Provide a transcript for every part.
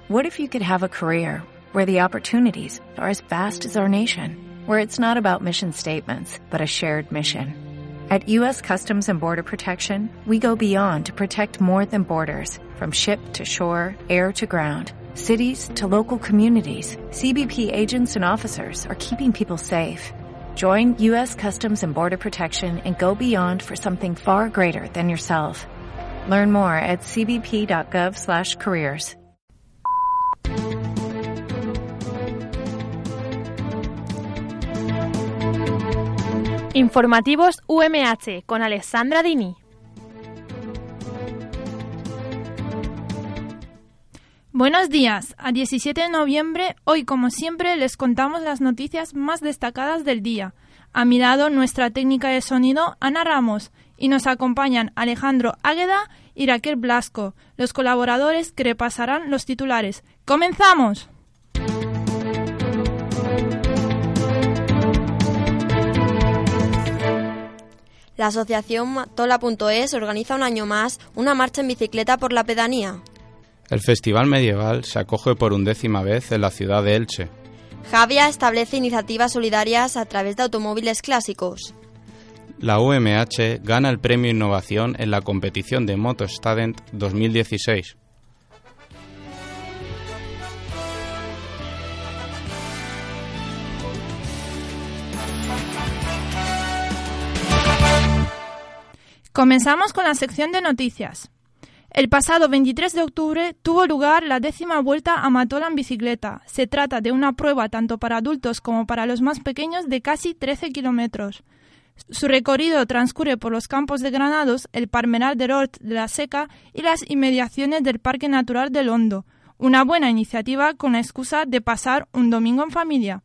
What if you could have a career where the opportunities are as vast as our nation, where it's not about mission statements, but a shared mission? At U.S. Customs and Border Protection, we go beyond to protect more than borders, from ship to shore, air to ground, cities to local communities. CBP agents and officers are keeping people safe. Join U.S. Customs and Border Protection and go beyond for something far greater than yourself. Learn more at cbp.gov/careers. Informativos UMH con Alessandra Dini. Buenos días. A 17 de noviembre, hoy como siempre les contamos las noticias más destacadas del día. A mi lado nuestra técnica de sonido, Ana Ramos, y nos acompañan Alejandro Águeda y Raquel Blasco, los colaboradores que repasarán los titulares. ¡Comenzamos! La asociación Matola.es organiza un año más una marcha en bicicleta por la pedanía. El Festival Medieval se acoge por 11ª vez en la ciudad de Elche. Javia establece iniciativas solidarias a través de automóviles clásicos. La UMH gana el premio Innovación en la competición de Motostudent 2016. Comenzamos con la sección de noticias. El pasado 23 de octubre tuvo lugar la 10ª Vuelta a Matola en bicicleta. Se trata de una prueba tanto para adultos como para los más pequeños de casi 13 kilómetros. Su recorrido transcurre por los campos de Granados, el Palmeral del Hort de la Seca y las inmediaciones del Parque Natural del Hondo. Una buena iniciativa con la excusa de pasar un domingo en familia.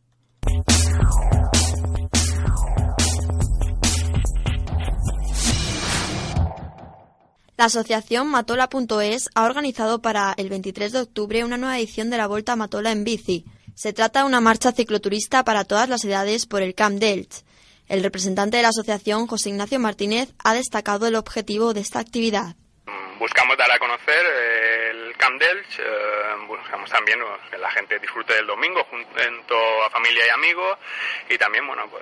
La asociación Matola.es ha organizado para el 23 de octubre una nueva edición de la Volta a Matola en bici. Se trata de una marcha cicloturista para todas las edades por el Camp d'Elx. El representante de la asociación, José Ignacio Martínez, ha destacado el objetivo de esta actividad. Buscamos dar a conocer el Camp d'Elx, buscamos también que la gente disfrute del domingo junto a familia y amigos y también,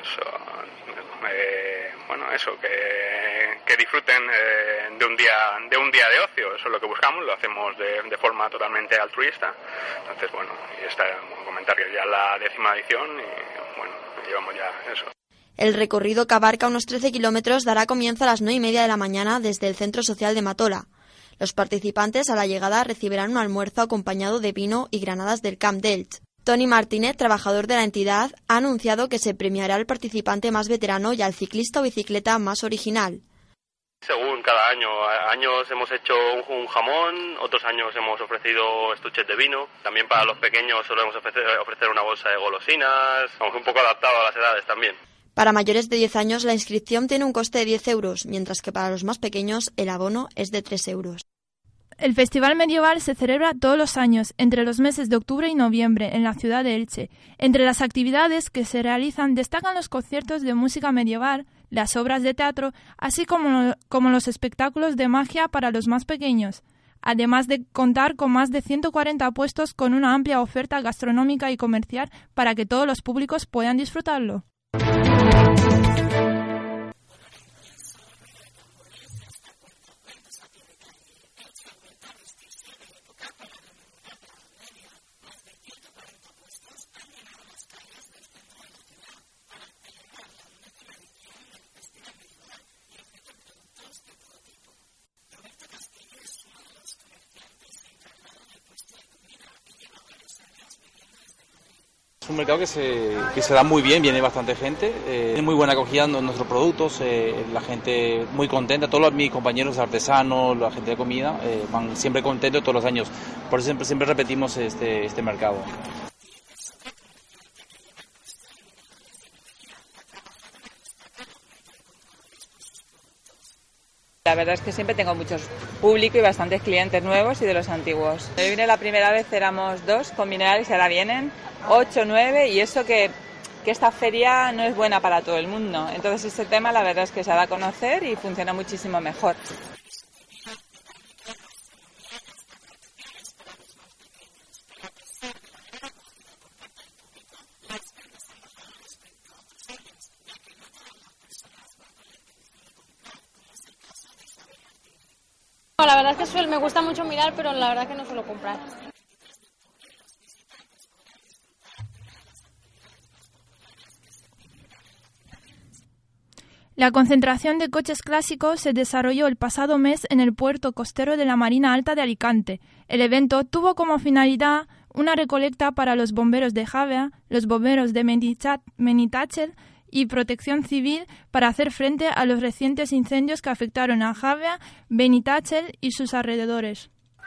que disfruten de un día de ocio. Eso es lo que buscamos, lo hacemos de forma totalmente altruista. Entonces, y comentar que ya la 10ª edición y llevamos ya eso. El recorrido, que abarca unos 13 kilómetros, dará comienzo a las 9:30 de la mañana desde el Centro Social de Matola. Los participantes a la llegada recibirán un almuerzo acompañado de vino y granadas del Camp d'Elx. Tony Martínez, trabajador de la entidad, ha anunciado que se premiará al participante más veterano y al ciclista o bicicleta más original. Según cada año. Años hemos hecho un jamón, otros años hemos ofrecido estuches de vino. También para los pequeños solemos ofrecer una bolsa de golosinas. Vamos un poco adaptado a las edades también. Para mayores de 10 años la inscripción tiene un coste de 10 euros, mientras que para los más pequeños el abono es de 3 euros. El Festival Medieval se celebra todos los años, entre los meses de octubre y noviembre, en la ciudad de Elche. Entre las actividades que se realizan destacan los conciertos de música medieval, las obras de teatro, así como los espectáculos de magia para los más pequeños, además de contar con más de 140 puestos con una amplia oferta gastronómica y comercial para que todos los públicos puedan disfrutarlo. Es un mercado que se da muy bien, viene bastante gente, tiene muy buena acogida en nuestros productos, la gente muy contenta, todos mis compañeros artesanos, la gente de comida, van siempre contentos todos los años, por eso siempre repetimos este mercado. La verdad es que siempre tengo muchos público y bastantes clientes nuevos y de los antiguos. Yo vine la primera vez, éramos 2 con minerales y ahora vienen 8, 9 y eso que esta feria no es buena para todo el mundo. Entonces este tema la verdad es que se da a conocer y funciona muchísimo mejor. la verdad es que me gusta mucho mirar, pero la verdad es que no suelo comprar. La concentración de coches clásicos se desarrolló el pasado mes en el puerto costero de la Marina Alta de Alicante. El evento tuvo como finalidad una recolecta para los bomberos de Javea, los bomberos de Menitachell y Protección Civil para hacer frente a los recientes incendios que afectaron a Javea, Menitachell y sus alrededores.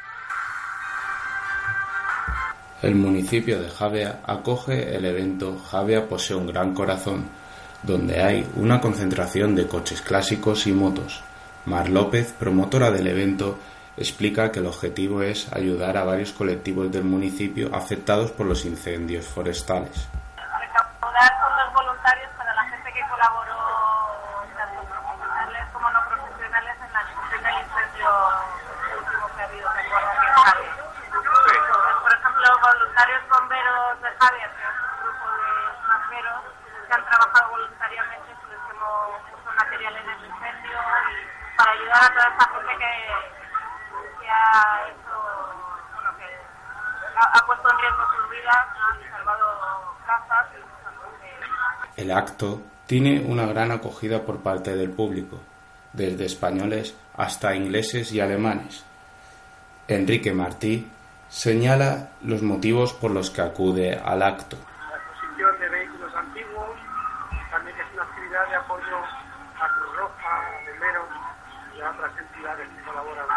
El municipio de Javea acoge el evento Javea posee un gran corazón, donde hay una concentración de coches clásicos y motos. Mar López, promotora del evento, explica que el objetivo es ayudar a varios colectivos del municipio afectados por los incendios forestales. Recaudar fondos voluntarios para la gente que colaboró, tanto profesionales como no profesionales, en la gestión del incendio último que ha habido, que fue aquí en Javier. Entonces, por ejemplo, voluntarios bomberos de Javier, que es un grupo de extranjeros que han trabajado voluntariamente, les hemos puesto material en el incendio y para ayudar a toda esta gente que ha hecho, bueno, que ha puesto en riesgo sus vidas y salvado casas. El acto tiene una gran acogida por parte del público, desde españoles hasta ingleses y alemanes. Enrique Martí señala los motivos por los que acude al acto. La exposición de vehículos antiguos, también es una actividad de apoyo a Cruz Roja, a Bomberos y a otras entidades que colaboran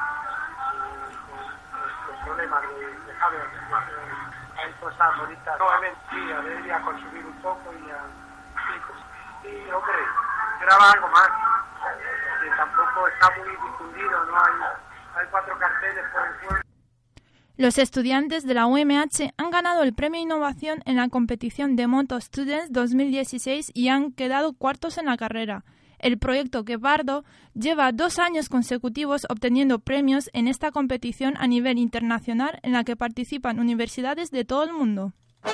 con los problemas de Javier. Hay cosas bonitas. Nuevamente, sí, a ver y a consumir un poco y a... Sí, hombre, graba algo más, que tampoco está muy difundido, no hay 4 carteles por el pueblo. Los estudiantes de la UMH han ganado el Premio Innovación en la competición de Moto Students 2016 y han quedado cuartos en la carrera. El proyecto Guepardo lleva 2 años consecutivos obteniendo premios en esta competición a nivel internacional en la que participan universidades de todo el mundo.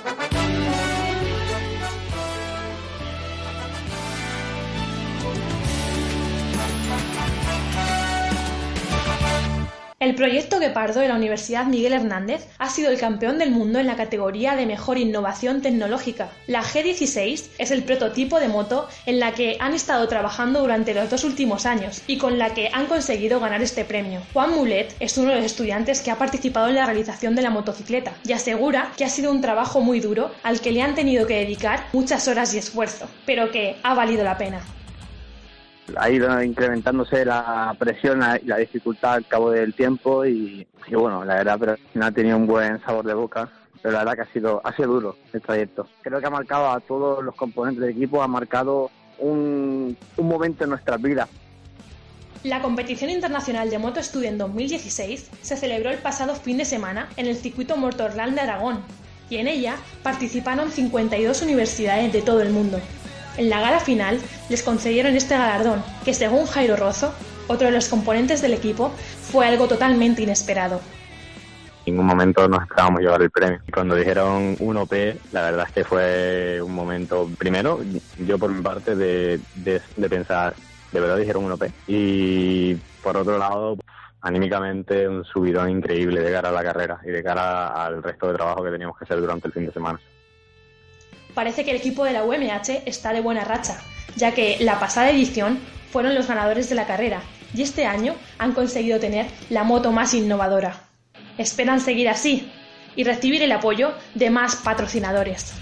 El proyecto Guepardo de la Universidad Miguel Hernández ha sido el campeón del mundo en la categoría de mejor innovación tecnológica. La G16 es el prototipo de moto en la que han estado trabajando durante los 2 últimos años y con la que han conseguido ganar este premio. Juan Mulet es uno de los estudiantes que ha participado en la realización de la motocicleta y asegura que ha sido un trabajo muy duro al que le han tenido que dedicar muchas horas y esfuerzo, pero que ha valido la pena. Ha ido incrementándose la presión y la dificultad al cabo del tiempo y bueno, la verdad, pero al final ha tenido un buen sabor de boca, pero la verdad que ha sido duro el trayecto. Creo que ha marcado a todos los componentes del equipo, ha marcado un momento en nuestras vidas. La competición internacional de Moto Student 2016 se celebró el pasado fin de semana en el circuito Motorland de Aragón y en ella participaron 52 universidades de todo el mundo. En la gala final les concedieron este galardón, que según Jairo Rozo, otro de los componentes del equipo, fue algo totalmente inesperado. En ningún momento nos esperábamos llevar el premio. Cuando dijeron 1P, la verdad es que fue un momento, primero, yo por mi parte, de pensar, ¿de verdad dijeron 1P? Y por otro lado, anímicamente un subidón increíble de cara a la carrera y de cara al resto de trabajo que teníamos que hacer durante el fin de semana. Parece que el equipo de la UMH está de buena racha, ya que la pasada edición fueron los ganadores de la carrera y este año han conseguido tener la moto más innovadora. Esperan seguir así y recibir el apoyo de más patrocinadores.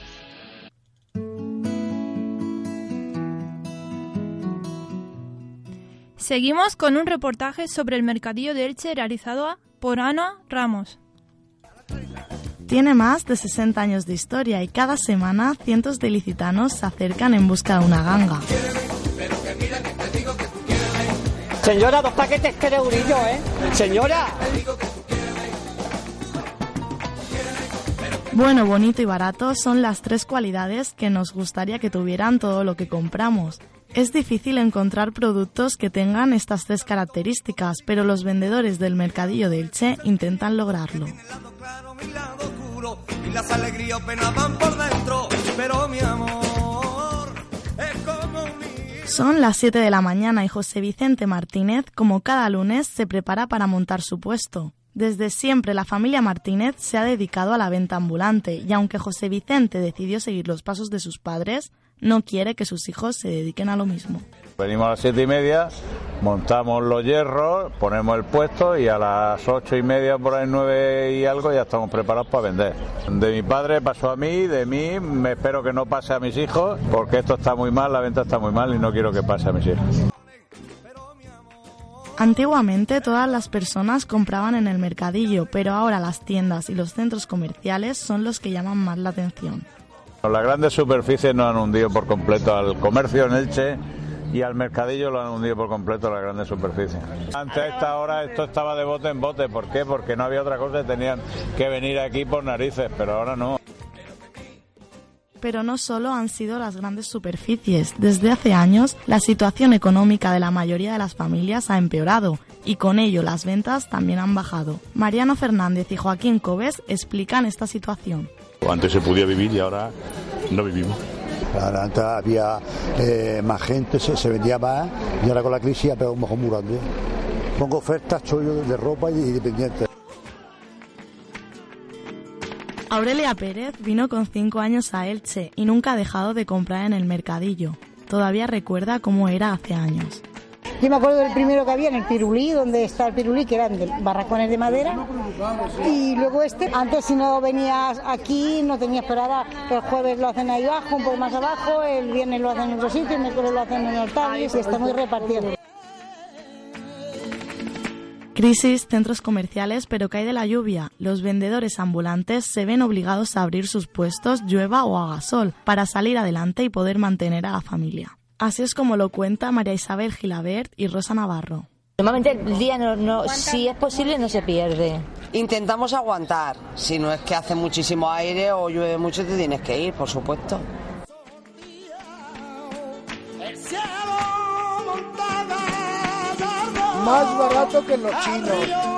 Seguimos con un reportaje sobre el mercadillo de Elche realizado por Ana Ramos. Tiene más de 60 años de historia y cada semana cientos de ilicitanos se acercan en busca de una ganga. Señora, 2 paquetes que de eurillo, ¿eh? Señora. Bueno, bonito y barato son las 3 cualidades que nos gustaría que tuvieran todo lo que compramos. Es difícil encontrar productos que tengan estas 3 características, pero los vendedores del mercadillo de Elche intentan lograrlo. Y las alegrías penaban por dentro, pero mi amor es como un niño. Son las 7 de la mañana y José Vicente Martínez, como cada lunes, se prepara para montar su puesto. Desde siempre la familia Martínez se ha dedicado a la venta ambulante y aunque José Vicente decidió seguir los pasos de sus padres, no quiere que sus hijos se dediquen a lo mismo. Venimos a las 7:30, montamos los hierros, ponemos el puesto y a las 8:30, por ahí 9 y algo, ya estamos preparados para vender. De mi padre pasó a mí, de mí me espero que no pase a mis hijos, porque esto está muy mal, la venta está muy mal y no quiero que pase a mis hijos. Antiguamente todas las personas compraban en el mercadillo, pero ahora las tiendas y los centros comerciales son los que llaman más la atención. Las grandes superficies nos han hundido por completo al comercio en Elche y al mercadillo lo han hundido por completo las grandes superficies. Antes a esta hora esto estaba de bote en bote. ¿Por qué? Porque no había otra cosa y tenían que venir aquí por narices, pero ahora no. Pero no solo han sido las grandes superficies. Desde hace años, la situación económica de la mayoría de las familias ha empeorado y con ello las ventas también han bajado. Mariano Fernández y Joaquín Cobes explican esta situación. Antes se podía vivir y ahora no vivimos. Antes había más gente, se vendía más y ahora con la crisis ha pegado un bajón muy grande. Pongo ofertas, chollo de ropa y dependientes. Aurelia Pérez vino con 5 años a Elche y nunca ha dejado de comprar en el mercadillo. Todavía recuerda cómo era hace años. Yo me acuerdo del primero que había en el Pirulí, donde está el Pirulí, que eran de barracones de madera. Y luego antes si no venías aquí, no tenías que esperar. El jueves lo hacen ahí abajo, un poco más abajo, el viernes lo hacen en otro sitio, el miércoles lo hacen en Hortales y está muy repartido. Crisis, centros comerciales, pero cae de la lluvia. Los vendedores ambulantes se ven obligados a abrir sus puestos, llueva o haga sol, para salir adelante y poder mantener a la familia. Así es como lo cuenta María Isabel Gilabert y Rosa Navarro. Normalmente el día si es posible no se pierde. Intentamos aguantar. Si no es que hace muchísimo aire o llueve mucho te tienes que ir, por supuesto. Más barato que los chinos.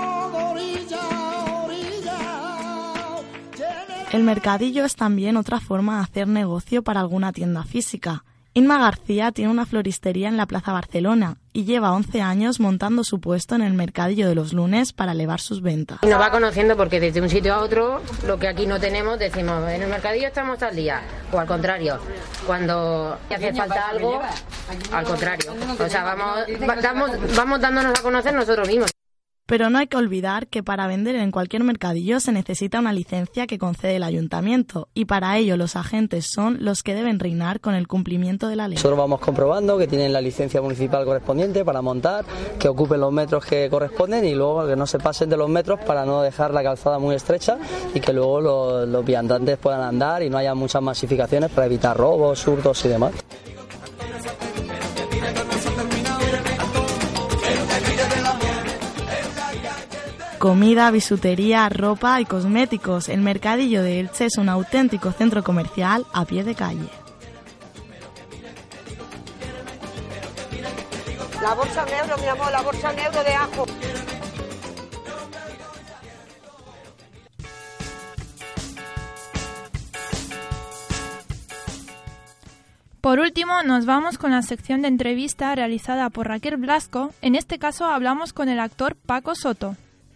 El mercadillo es también otra forma de hacer negocio para alguna tienda física. Inma García tiene una floristería en la Plaza Barcelona y lleva 11 años montando su puesto en el mercadillo de los lunes para elevar sus ventas. Nos va conociendo porque desde un sitio a otro, lo que aquí no tenemos, decimos, en el mercadillo estamos al día, o al contrario, cuando hace falta algo, al contrario. O sea, vamos dándonos a conocer nosotros mismos. Pero no hay que olvidar que para vender en cualquier mercadillo se necesita una licencia que concede el ayuntamiento y para ello los agentes son los que deben reinar con el cumplimiento de la ley. Nosotros vamos comprobando que tienen la licencia municipal correspondiente para montar, que ocupen los metros que corresponden y luego que no se pasen de los metros para no dejar la calzada muy estrecha y que luego los viandantes puedan andar y no haya muchas masificaciones para evitar robos, hurtos y demás. Comida, bisutería, ropa y cosméticos. El mercadillo de Elche es un auténtico centro comercial a pie de calle. La bolsa en euro, mi amor, la bolsa en euro de ajo. Por último, nos vamos con la sección de entrevista realizada por Raquel Blasco. En este caso hablamos con el actor Paco Soto.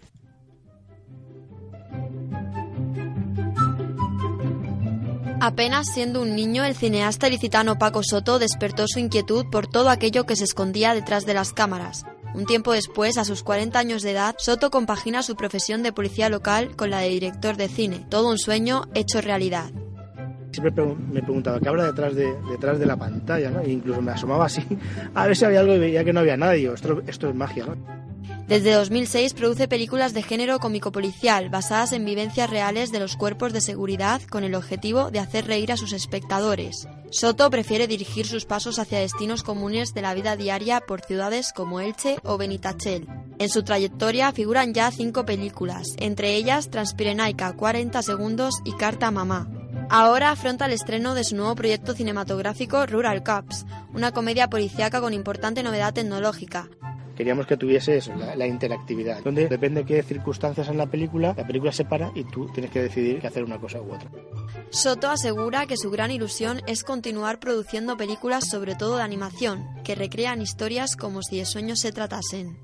Apenas siendo un niño, el cineasta ilicitano Paco Soto despertó su inquietud por todo aquello que se escondía detrás de las cámaras. Un tiempo después, a sus 40 años de edad, Soto compagina su profesión de policía local con la de director de cine. Todo un sueño hecho realidad. Siempre me preguntaba qué habrá detrás de la pantalla, ¿no? E incluso me asomaba así a ver si había algo y veía que no había nadie. Esto es magia, ¿no? Desde 2006 produce películas de género cómico-policial basadas en vivencias reales de los cuerpos de seguridad con el objetivo de hacer reír a sus espectadores. Soto prefiere dirigir sus pasos hacia destinos comunes de la vida diaria por ciudades como Elche o Benitachell. En su trayectoria figuran ya 5 películas, entre ellas Transpirenaica, 40 segundos y Carta a mamá. Ahora afronta el estreno de su nuevo proyecto cinematográfico Rural Cops, una comedia policíaca con importante novedad tecnológica. queríamos que tuviese eso, la interactividad, donde depende de qué circunstancias en la película se para y tú tienes que decidir qué hacer una cosa u otra. Soto asegura que su gran ilusión es continuar produciendo películas, sobre todo de animación, que recrean historias como si de sueños se tratasen.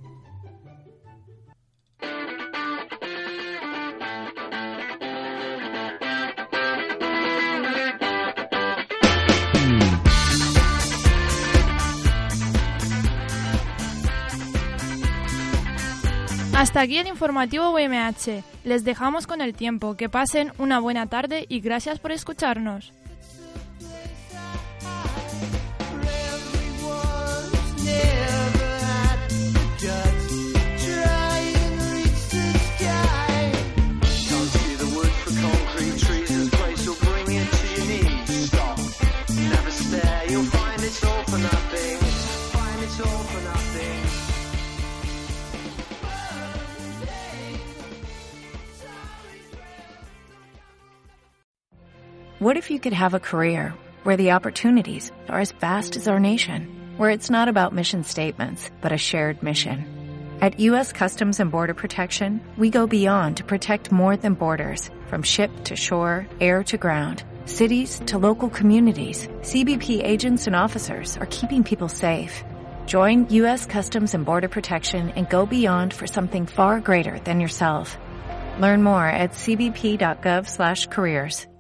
Hasta aquí el informativo UMH. Les dejamos con el tiempo. Que pasen una buena tarde y gracias por escucharnos. What if you could have a career where the opportunities are as vast as our nation, where it's not about mission statements, but a shared mission? At U.S. Customs and Border Protection, we go beyond to protect more than borders, from ship to shore, air to ground, cities to local communities. CBP agents and officers are keeping people safe. Join U.S. Customs and Border Protection and go beyond for something far greater than yourself. Learn more at cbp.gov/careers.